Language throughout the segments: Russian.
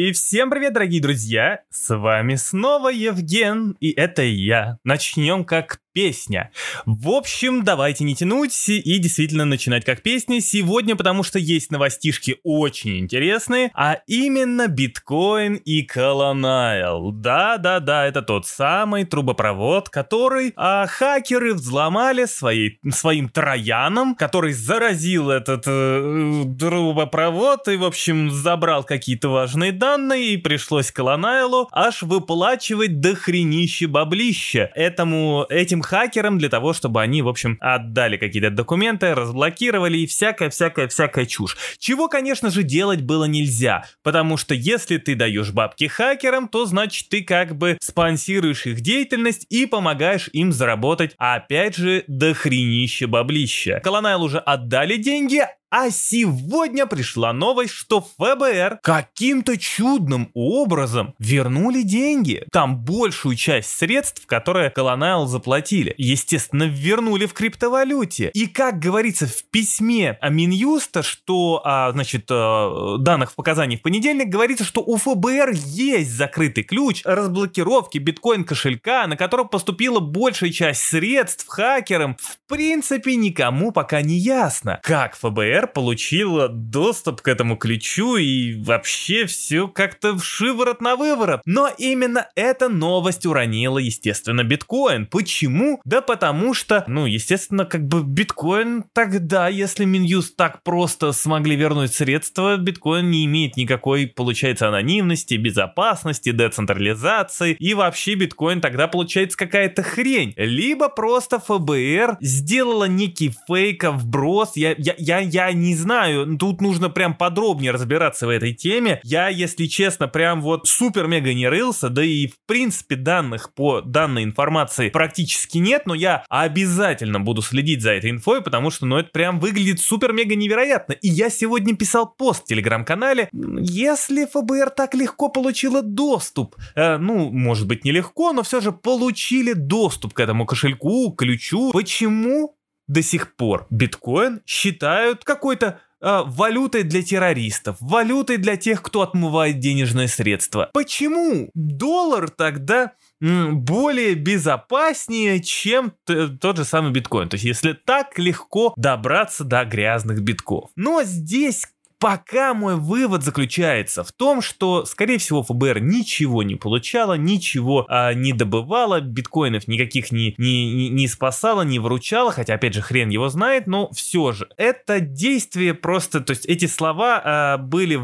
И всем привет, дорогие друзья! С вами снова Евген, и это я. Начнем как песня. В общем, давайте не тянуть и действительно начинать как песня сегодня, потому что есть новостишки очень интересные, а именно биткоин и Colonial. Да, это тот самый трубопровод, который хакеры взломали своим трояном, который заразил этот трубопровод и, в общем, забрал какие-то важные данные, и пришлось Colonial аж выплачивать дохренище баблища этим хакерам для того, чтобы они, в общем, отдали какие-то документы, разблокировали и всякая чушь. Чего, конечно же, делать было нельзя, потому что если ты даешь бабки хакерам, то значит ты как бы спонсируешь их деятельность и помогаешь им заработать, опять же, дохренище баблища. Colonial уже отдали деньги, а сегодня пришла новость, что ФБР каким-то чудным образом вернули деньги. Там большую часть средств, которые Colonial заплатили, естественно, вернули в криптовалюте. И как говорится в письме Минюста, что, данных в показаниях в понедельник, говорится, что у ФБР есть закрытый ключ разблокировки биткоин-кошелька, на котором поступила большая часть средств хакерам. В принципе, никому пока не ясно, как ФБР получила доступ к этому ключу и вообще все как-то вшиворот на выворот. Но именно эта новость уронила, естественно, биткоин. Почему? Да потому что, естественно, как бы биткоин тогда, если Минюст так просто смогли вернуть средства, биткоин не имеет никакой, получается, анонимности, безопасности, децентрализации, и вообще биткоин тогда получается какая-то хрень. Либо просто ФБР сделала некий фейк-вброс, я не знаю, тут нужно прям подробнее разбираться в этой теме. Я, если честно, прям вот супер-мега не рылся, да и в принципе данных по данной информации практически нет, но я обязательно буду следить за этой инфой, потому что, это прям выглядит супер-мега невероятно. И я сегодня писал пост в телеграм-канале, если ФБР так легко получила доступ, может быть нелегко, но все же получили доступ к этому кошельку, ключу, почему до сих пор биткоин считают какой-то валютой для террористов, валютой для тех, кто отмывает денежные средства? Почему доллар тогда более безопаснее, чем тот же самый биткоин? То есть, если так легко добраться до грязных битков. Но здесь пока мой вывод заключается в том, что, скорее всего, ФБР ничего не получала, ничего не добывала, биткоинов никаких не спасала, не вручала, хотя, опять же, хрен его знает, но все же. Это действие просто, то есть эти слова были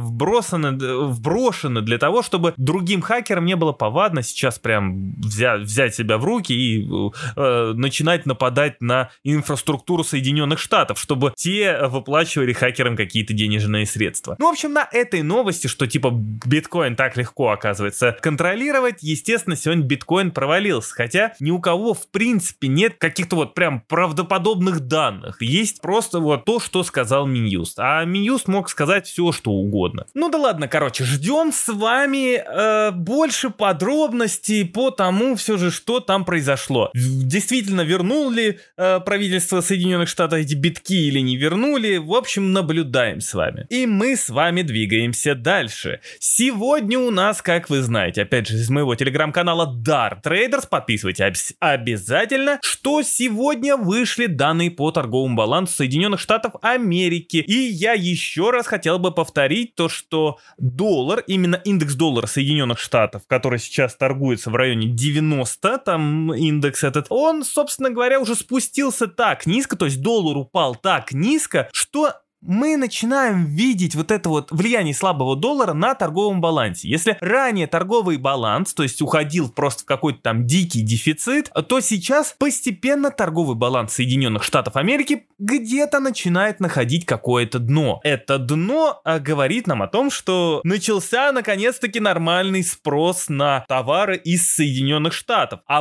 вброшены для того, чтобы другим хакерам не было повадно сейчас прям взять себя в руки и начинать нападать на инфраструктуру Соединенных Штатов, чтобы те выплачивали хакерам какие-то денежные средства. В общем, на этой новости, что типа биткоин так легко оказывается контролировать, естественно, сегодня биткоин провалился, хотя ни у кого в принципе нет каких-то вот прям правдоподобных данных. Есть просто вот то, что сказал Минюст. А Минюст мог сказать все, что угодно. Да ладно, ждем с вами больше подробностей по тому все же, что там произошло. Действительно, вернул ли правительство Соединенных Штатов эти битки или не вернули? В общем, наблюдаем с вами. И мы с вами двигаемся дальше. Сегодня у нас, как вы знаете, опять же, из моего телеграм-канала Dart Traders, подписывайтесь обязательно, что сегодня вышли данные по торговому балансу Соединенных Штатов Америки. И я еще раз хотел бы повторить то, что доллар, именно индекс доллара Соединенных Штатов, который сейчас торгуется в районе 90, там индекс этот, он, собственно говоря, уже спустился так низко, то есть доллар упал так низко, что мы начинаем видеть вот это вот влияние слабого доллара на торговом балансе. Если ранее торговый баланс, то есть уходил просто в какой-то там дикий дефицит, то сейчас постепенно торговый баланс Соединенных Штатов Америки где-то начинает находить какое-то дно. Это дно говорит нам о том, что начался наконец-таки нормальный спрос на товары из Соединенных Штатов. А вот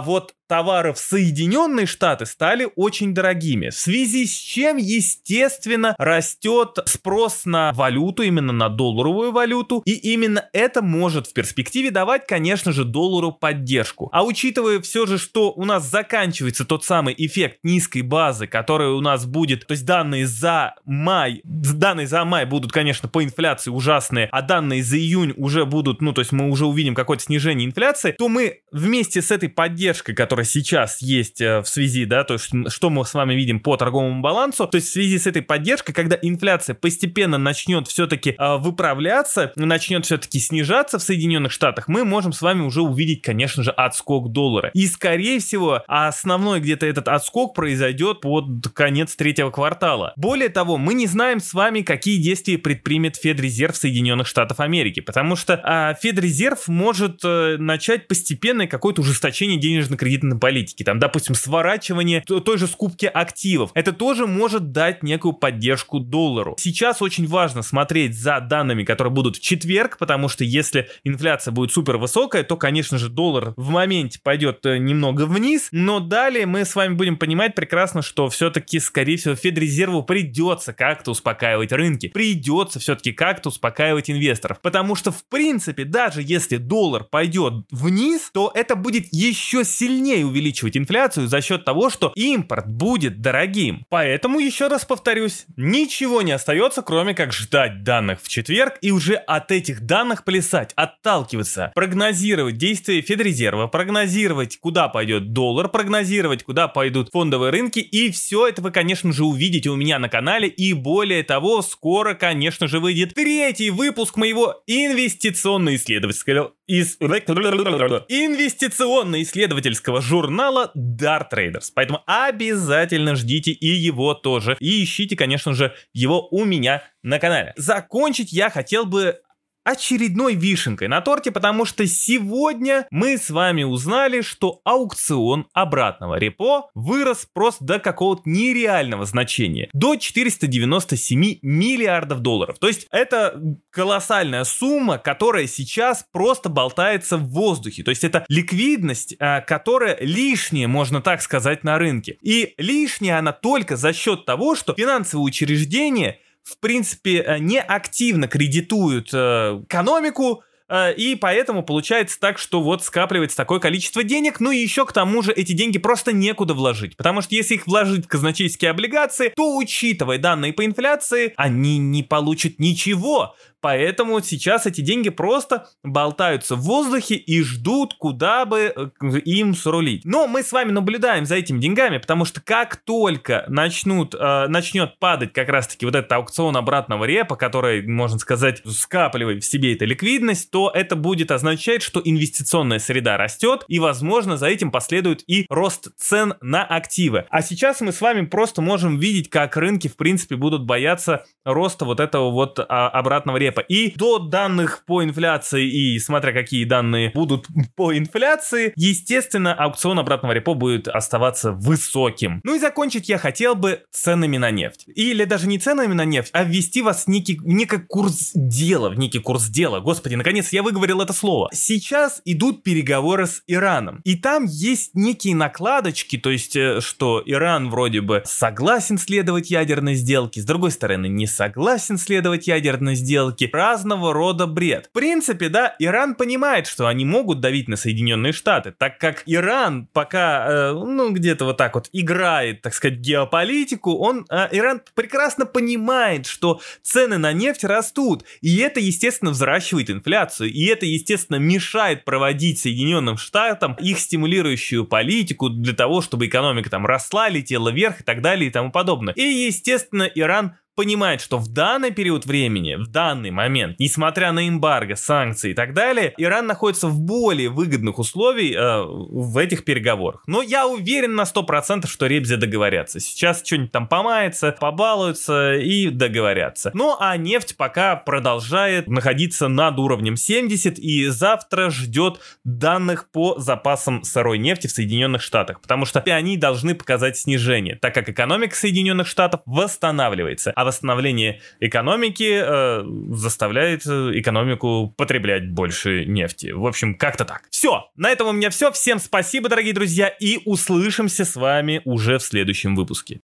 товары в Соединенные Штаты стали очень дорогими, в связи с чем, естественно, растет спрос на валюту, именно на долларовую валюту, и именно это может в перспективе давать, конечно же, доллару поддержку. А учитывая все же, что у нас заканчивается тот самый эффект низкой базы, который у нас будет, то есть данные за май будут, конечно, по инфляции ужасные, а данные за июнь уже будут, то есть мы уже увидим какое-то снижение инфляции, то мы вместе с этой поддержкой, которая сейчас есть в связи, да, то есть что мы с вами видим по торговому балансу, то есть в связи с этой поддержкой, когда инфляция постепенно начнет все-таки выправляться, начнет все-таки снижаться в Соединенных Штатах, мы можем с вами уже увидеть, конечно же, отскок доллара. И, скорее всего, основной где-то этот отскок произойдет под конец третьего квартала. Более того, мы не знаем с вами, какие действия предпримет Федрезерв Соединенных Штатов Америки, потому что Федрезерв может начать постепенное какое-то ужесточение денежно-кредитной политики, там, допустим, сворачивание той же скупки активов. Это тоже может дать некую поддержку доллару. Сейчас очень важно смотреть за данными, которые будут в четверг, потому что если инфляция будет супер высокая, то, конечно же, доллар в моменте пойдет немного вниз, но далее мы с вами будем понимать прекрасно, что все-таки, скорее всего, Федрезерву придется как-то успокаивать рынки, придется все-таки как-то успокаивать инвесторов, потому что, в принципе, даже если доллар пойдет вниз, то это будет еще сильнее увеличивать инфляцию за счет того, что импорт будет дорогим. Поэтому, еще раз повторюсь, ничего не остается, кроме как ждать данных в четверг и уже от этих данных плясать, отталкиваться, прогнозировать действия Федрезерва, прогнозировать, куда пойдет доллар, прогнозировать, куда пойдут фондовые рынки, и все это вы, конечно же, увидите у меня на канале, и более того, скоро, конечно же, выйдет третий выпуск моего инвестиционно-исследовательского журнала Dart Traders. Поэтому обязательно ждите и его тоже. И ищите, конечно же, его у меня на канале. Закончить я хотел бы очередной вишенкой на торте, потому что сегодня мы с вами узнали, что аукцион обратного репо вырос просто до какого-то нереального значения, до 497 миллиардов долларов. То есть это колоссальная сумма, которая сейчас просто болтается в воздухе. То есть это ликвидность, которая лишняя, можно так сказать, на рынке. И лишняя она только за счет того, что финансовые учреждения в принципе, не активно кредитуют экономику, и поэтому получается так, что вот скапливается такое количество денег, ну и еще к тому же эти деньги просто некуда вложить, потому что если их вложить в казначейские облигации, то, учитывая данные по инфляции, они не получат ничего. Поэтому сейчас эти деньги просто болтаются в воздухе и ждут, куда бы им срулить. Но мы с вами наблюдаем за этими деньгами, потому что как только начнет падать как раз-таки вот этот аукцион обратного репо, который, можно сказать, скапливает в себе эта ликвидность, то это будет означать, что инвестиционная среда растет, и, возможно, за этим последует и рост цен на активы. А сейчас мы с вами просто можем видеть, как рынки, в принципе, будут бояться роста вот этого вот обратного репо. И до данных по инфляции, и смотря какие данные будут по инфляции, естественно, аукцион обратного репо будет оставаться высоким. Ну и закончить я хотел бы ценами на нефть. Или даже не ценами на нефть, а ввести вас в некий курс дела, Господи, наконец я выговорил это слово. Сейчас идут переговоры с Ираном, и там есть некие накладочки, то есть, что Иран вроде бы согласен следовать ядерной сделке, с другой стороны не согласен следовать ядерной сделке, разного рода бред. В принципе, да, Иран понимает, что они могут давить на Соединенные Штаты, так как Иран пока, где-то вот так вот играет, так сказать, геополитику, Иран прекрасно понимает, что цены на нефть растут, и это, естественно, взращивает инфляцию, и это, естественно, мешает проводить Соединенным Штатам их стимулирующую политику для того, чтобы экономика там росла, летела вверх и так далее и тому подобное. И, естественно, Иран понимает, что в данный период времени, в данный момент, несмотря на эмбарго, санкции и так далее, Иран находится в более выгодных условиях в этих переговорах. Но я уверен на 100%, что ребзи договорятся. Сейчас что-нибудь там помается, побалуются и договорятся. Ну а нефть пока продолжает находиться над уровнем 70, и завтра ждет данных по запасам сырой нефти в Соединенных Штатах, потому что они должны показать снижение, так как экономика Соединенных Штатов восстанавливается. А восстановление экономики заставляет экономику потреблять больше нефти. В общем, как-то так. Все, на этом у меня все. Всем спасибо, дорогие друзья, и услышимся с вами уже в следующем выпуске.